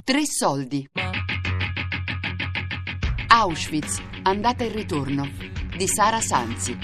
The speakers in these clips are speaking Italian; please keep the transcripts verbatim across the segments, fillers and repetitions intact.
Tre soldi. Auschwitz, andata e ritorno di Sara Sanzi.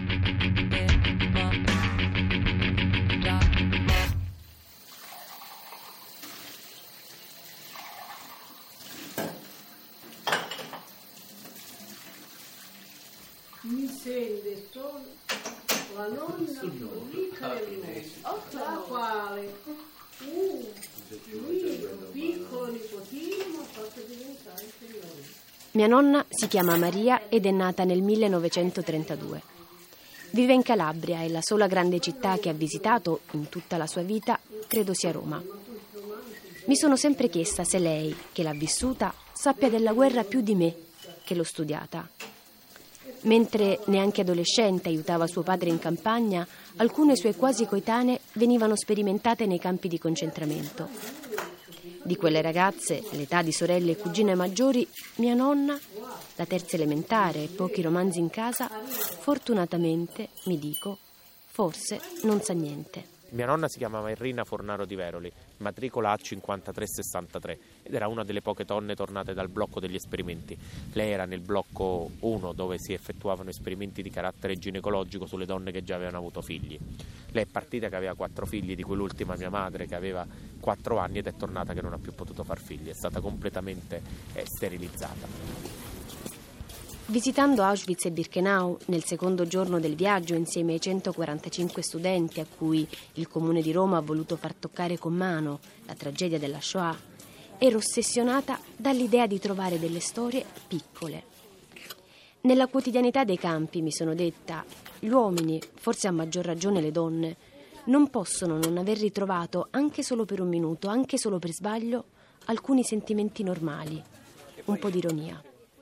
Mi sente solo la nonna più ricca del mondo, la quale uh, lui, un piccolo nipotino, mi ha fatto diventare signore. Mia nonna si chiama Maria ed è nata nel millenovecentotrentadue. Vive in Calabria e la sola grande città che ha visitato in tutta la sua vita credo sia Roma. Mi sono sempre chiesta se lei, che l'ha vissuta, sappia della guerra più di me, che l'ho studiata. Mentre neanche adolescente aiutava suo padre in campagna, alcune sue quasi coetanee venivano sperimentate nei campi di concentramento. Di quelle ragazze, l'età di sorelle e cugine maggiori, mia nonna, la terza elementare e pochi romanzi in casa, fortunatamente, mi dico, forse non sa niente. Mia nonna si chiamava Irina Fornaro di Veroli, matricola A cinquantatré sessantatré, ed era una delle poche donne tornate dal blocco degli esperimenti. Lei era nel blocco uno, dove si effettuavano esperimenti di carattere ginecologico sulle donne che già avevano avuto figli. Lei è partita che aveva quattro figli, di cui l'ultima mia madre che aveva quattro anni, ed è tornata che non ha più potuto far figli, è stata completamente eh, sterilizzata. Visitando Auschwitz e Birkenau nel secondo giorno del viaggio insieme ai centoquarantacinque studenti a cui il Comune di Roma ha voluto far toccare con mano la tragedia della Shoah, ero ossessionata dall'idea di trovare delle storie piccole. Nella quotidianità dei campi, mi sono detta, gli uomini, forse a maggior ragione le donne, non possono non aver ritrovato, anche solo per un minuto, anche solo per sbaglio, alcuni sentimenti normali, un po' di ironia.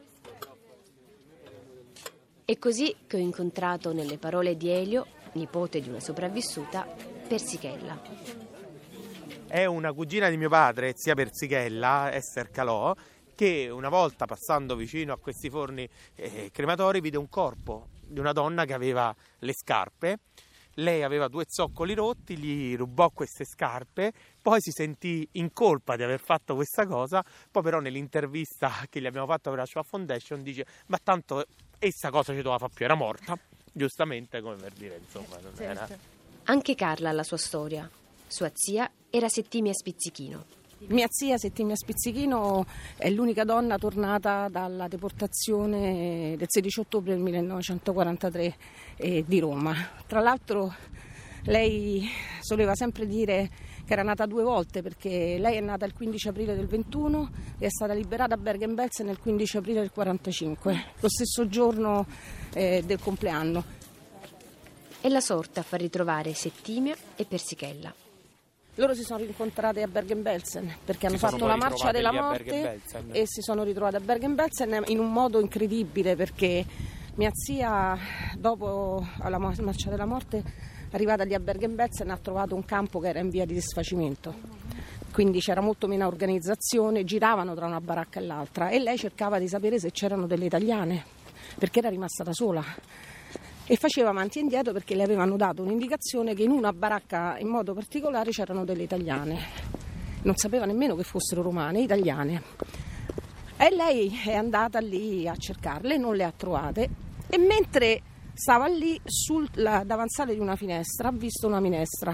È così che ho incontrato nelle parole di Elio, nipote di una sopravvissuta, Persichella. È una cugina di mio padre, zia Persichella, Ester Calò, che una volta passando vicino a questi forni eh, crematori vide un corpo di una donna che aveva le scarpe. Lei aveva due zoccoli rotti, gli rubò queste scarpe, poi si sentì in colpa di aver fatto questa cosa, poi però nell'intervista che gli abbiamo fatto per la Shoah Foundation dice ma tanto essa cosa ci doveva fare più, era morta, giustamente, come per dire, insomma, non certo. era... Anche Carla ha la sua storia. Sua zia era Settimia Spizzichino. Mia zia Settimia Spizzichino è l'unica donna tornata dalla deportazione del sedici ottobre del millenovecentoquarantatré eh, di Roma. Tra l'altro lei soleva sempre dire che era nata due volte, perché lei è nata il quindici aprile del ventuno e è stata liberata a Bergen-Belsen il quindici aprile del quarantacinque, lo stesso giorno eh, del compleanno. È la sorte a far ritrovare Settimia e Persichella. Loro si sono rincontrate a Bergen-Belsen perché hanno Si fatto la marcia della morte e si sono ritrovate a Bergen-Belsen in un modo incredibile, perché mia zia, dopo la marcia della morte, arrivata lì a Bergen-Belsen, ha trovato un campo che era in via di disfacimento, quindi c'era molto meno organizzazione, giravano tra una baracca e l'altra e lei cercava di sapere se c'erano delle italiane perché era rimasta da sola e faceva avanti e indietro perché le avevano dato un'indicazione che in una baracca in modo particolare c'erano delle italiane, non sapeva nemmeno che fossero romane, italiane, e lei è andata lì a cercarle, non le ha trovate e mentre stava lì sul la, davanzale di una finestra, ha visto una minestra,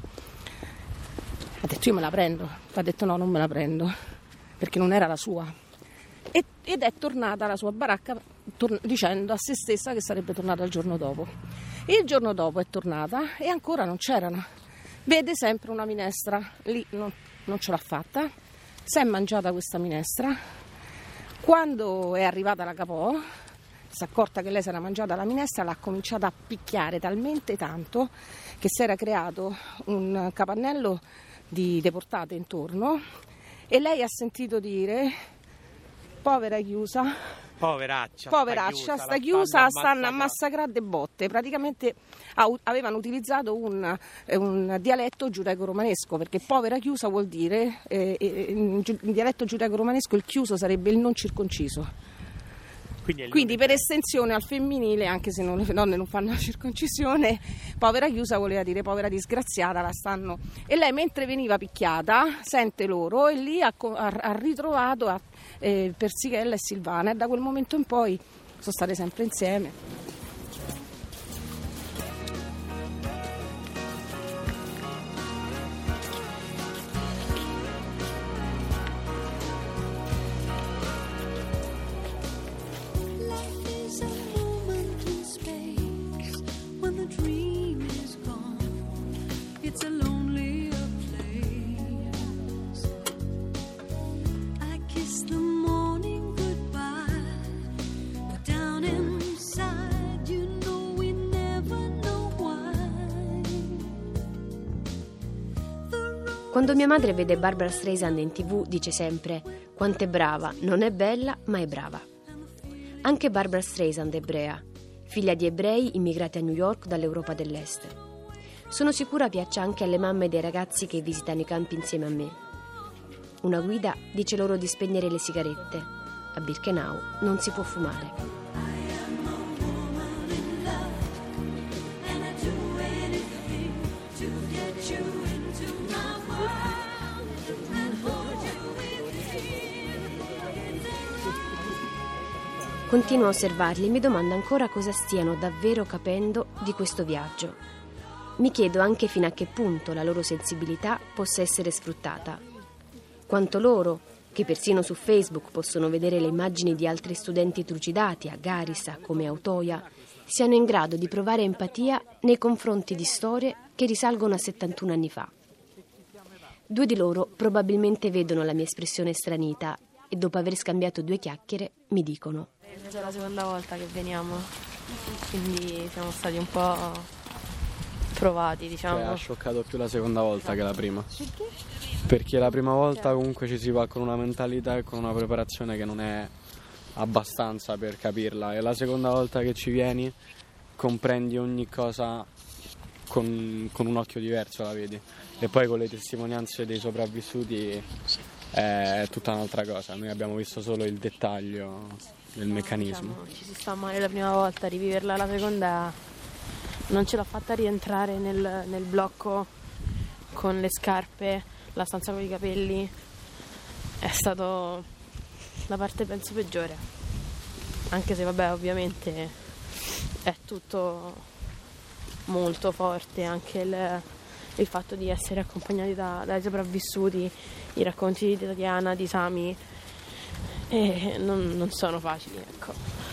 ha detto io me la prendo, ha detto no, non me la prendo perché non era la sua, e, ed è tornata alla sua baracca tor- dicendo a se stessa che sarebbe tornata il giorno dopo. Il giorno dopo è tornata e ancora non c'erano, vede sempre una minestra, lì non, non ce l'ha fatta, si è mangiata questa minestra. Quando è arrivata la capò, si è accorta che lei si era mangiata la minestra, l'ha cominciata a picchiare talmente tanto che si era creato un capannello di deportate intorno e lei ha sentito dire povera chiusa, poveraccia, poveraccia, sta chiusa, stanno a massacrare de botte. Praticamente avevano utilizzato un, un dialetto giudaico-romanesco, perché povera chiusa vuol dire, eh, in dialetto giudaico-romanesco il chiuso sarebbe il non circonciso. Quindi, Quindi per estensione al femminile, anche se non, le donne non fanno la circoncisione, povera chiusa voleva dire povera disgraziata, la stanno. E lei mentre veniva picchiata sente loro e lì ha, ha, ha ritrovato a, eh, Persichella e Silvana, e da quel momento in poi sono state sempre insieme. Quando mia madre vede Barbra Streisand in tv dice sempre: quanto è brava, non è bella ma è brava. Anche Barbra Streisand è ebrea, figlia di ebrei immigrati a New York dall'Europa dell'Est. Sono sicura piaccia anche alle mamme dei ragazzi che visitano i campi insieme a me. Una guida dice loro di spegnere le sigarette. A Birkenau non si può fumare. Continuo a osservarli e mi domando ancora cosa stiano davvero capendo di questo viaggio. Mi chiedo anche fino a che punto la loro sensibilità possa essere sfruttata. Quanto loro, che persino su Facebook possono vedere le immagini di altri studenti trucidati a Garissa come a Utoya, siano in grado di provare empatia nei confronti di storie che risalgono a settantuno anni fa. Due di loro probabilmente vedono la mia espressione stranita e dopo aver scambiato due chiacchiere mi dicono: è la seconda volta che veniamo, quindi siamo stati un po' provati, diciamo. Cioè, ha scioccato più la seconda volta che la prima. Perché? Perché la prima volta comunque ci si va con una mentalità e con una preparazione che non è abbastanza per capirla, e la seconda volta che ci vieni comprendi ogni cosa con, con un occhio diverso, la vedi. E poi con le testimonianze dei sopravvissuti è tutta un'altra cosa. Noi abbiamo visto solo il dettaglio del meccanismo. Diciamo, ci si sta male la prima volta, riviverla la seconda non ce l'ha fatta rientrare nel, nel blocco con le scarpe, la stanza con i capelli. È stato la parte penso peggiore, anche se vabbè ovviamente è tutto molto forte, anche il, il fatto di essere accompagnati da, dai sopravvissuti, i racconti di Tatiana, di Sami, e non, non sono facili, ecco.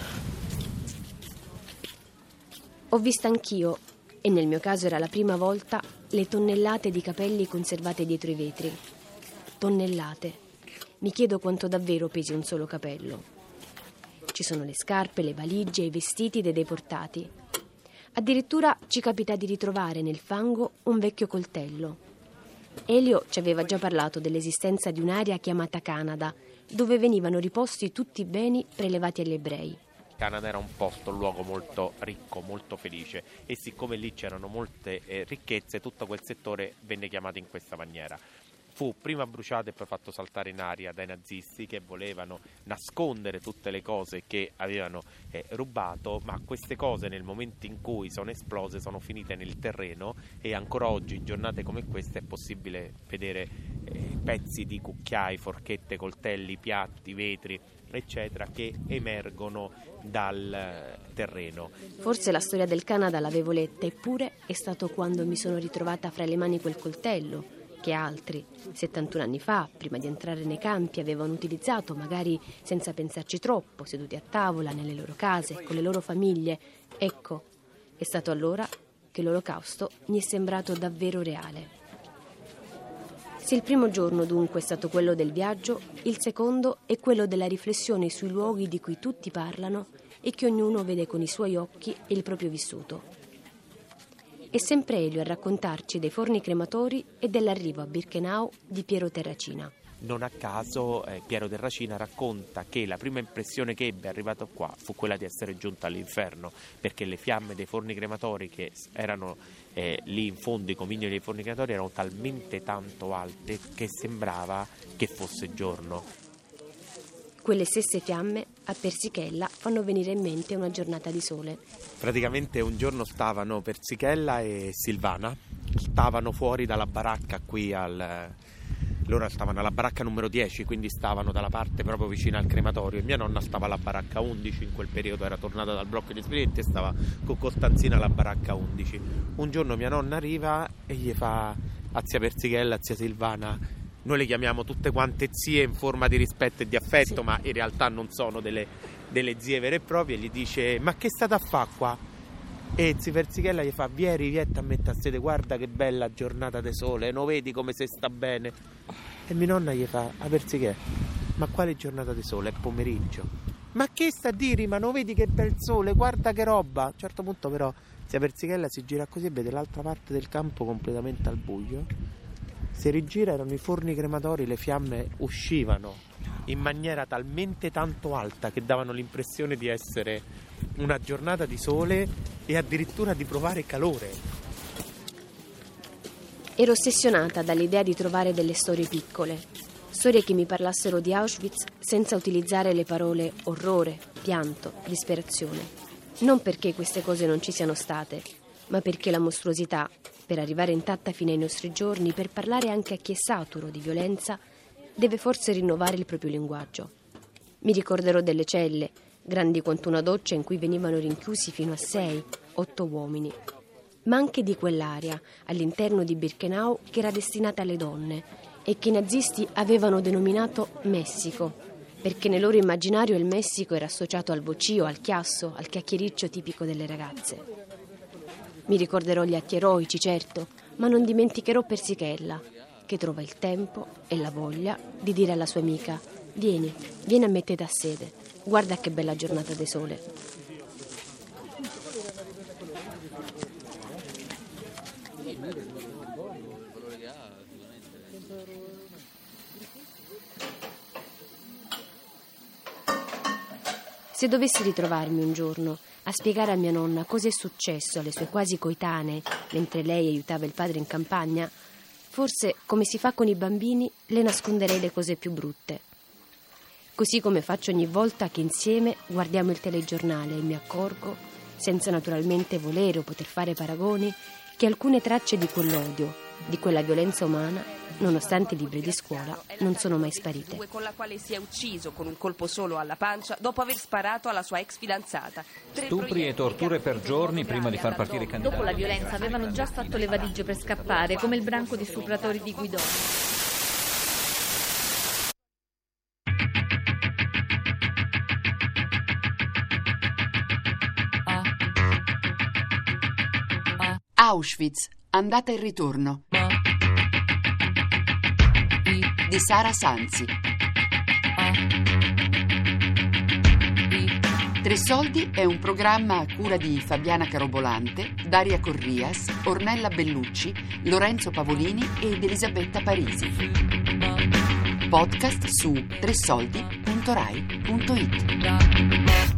Ho visto anch'io, e nel mio caso era la prima volta, le tonnellate di capelli conservate dietro i vetri. Tonnellate. Mi chiedo quanto davvero pesi un solo capello. Ci sono le scarpe, le valigie, i vestiti dei deportati. Addirittura ci capita di ritrovare nel fango un vecchio coltello. Elio ci aveva già parlato dell'esistenza di un'area chiamata Canada, dove venivano riposti tutti i beni prelevati agli ebrei. Canada era un posto, un luogo molto ricco, molto felice, e siccome lì c'erano molte eh, ricchezze, tutto quel settore venne chiamato in questa maniera. Fu prima bruciato e poi fatto saltare in aria dai nazisti che volevano nascondere tutte le cose che avevano eh, rubato, ma queste cose nel momento in cui sono esplose sono finite nel terreno, e ancora oggi in giornate come queste è possibile vedere eh, pezzi di cucchiai, forchette, coltelli, piatti, vetri, eccetera, che emergono dal terreno. Forse la storia del Canada l'avevo letta, eppure è stato quando mi sono ritrovata fra le mani quel coltello che altri, settantuno anni fa, prima di entrare nei campi, avevano utilizzato, magari senza pensarci troppo, seduti a tavola, nelle loro case, con le loro famiglie. Ecco, è stato allora che l'Olocausto mi è sembrato davvero reale. Se il primo giorno dunque è stato quello del viaggio, il secondo è quello della riflessione sui luoghi di cui tutti parlano e che ognuno vede con i suoi occhi e il proprio vissuto. È sempre Elio a raccontarci dei forni crematori e dell'arrivo a Birkenau di Piero Terracina. Non a caso eh, Piero Terracina racconta che la prima impressione che ebbe arrivato qua fu quella di essere giunto all'inferno, perché le fiamme dei forni crematori che erano eh, lì in fondo, i comignoli dei forni crematori erano talmente tanto alte che sembrava che fosse giorno. Quelle stesse fiamme a Persichella fanno venire in mente una giornata di sole. Praticamente un giorno stavano Persichella e Silvana, stavano fuori dalla baracca qui al... Loro stavano alla baracca numero dieci, quindi stavano dalla parte proprio vicina al crematorio, e mia nonna stava alla baracca undici, in quel periodo era tornata dal blocco di esperimenti e stava con Costanzina alla baracca undici. Un giorno mia nonna arriva e gli fa a zia Persichella, a zia Silvana, noi le chiamiamo tutte quante zie in forma di rispetto e di affetto, sì, ma in realtà non sono delle, delle zie vere e proprie, e gli dice: ma che state a fa qua? E zia Persichella gli fa: vieni, vietta a mettere a sede, guarda che bella giornata di sole, non vedi come se sta bene? E mia nonna gli fa: a Persichè, ma quale giornata di sole? È pomeriggio. Ma che sta a dire? Ma non vedi che bel sole, guarda che roba. A un certo punto però zia Persichella si gira così e vede l'altra parte del campo completamente al buio. Si rigira, erano i forni crematori, le fiamme uscivano in maniera talmente tanto alta che davano l'impressione di essere una giornata di sole e addirittura di provare calore. Ero ossessionata dall'idea di trovare delle storie piccole, storie che mi parlassero di Auschwitz senza utilizzare le parole orrore, pianto, disperazione. Non perché queste cose non ci siano state, ma perché la mostruosità, per arrivare intatta fino ai nostri giorni, per parlare anche a chi è saturo di violenza, deve forse rinnovare il proprio linguaggio. Mi ricorderò delle celle, grandi quanto una doccia, in cui venivano rinchiusi fino a sei, otto uomini, ma anche di quell'area all'interno di Birkenau che era destinata alle donne e che i nazisti avevano denominato Messico, perché nel loro immaginario il Messico era associato al vocio, al chiasso, al chiacchiericcio tipico delle ragazze. Mi ricorderò gli atti eroici, certo, ma non dimenticherò Persichella, che trova il tempo e la voglia di dire alla sua amica: vieni, vieni a mettere a sede, guarda che bella giornata di sole. Se dovessi ritrovarmi un giorno a spiegare a mia nonna cosa è successo alle sue quasi coetanee mentre lei aiutava il padre in campagna, forse, come si fa con i bambini, le nasconderei le cose più brutte. Così come faccio ogni volta che insieme guardiamo il telegiornale e mi accorgo, senza naturalmente volere o poter fare paragoni, che alcune tracce di quell'odio, di quella violenza umana, nonostante i libri di scuola, non sono mai sparite. Con la quale si è ucciso con un colpo solo alla pancia dopo aver sparato alla sua ex fidanzata. Stupri e torture per giorni prima di far partire i candidati. Dopo la violenza avevano già fatto le valigie per scappare, come il branco di stupratori di Guidoni. Auschwitz, andata e ritorno di Sara Sanzi. Tre Soldi è un programma a cura di Fabiana Carobolante, Daria Corrias, Ornella Bellucci, Lorenzo Pavolini ed Elisabetta Parisi. Podcast su tresoldi punto rai punto it.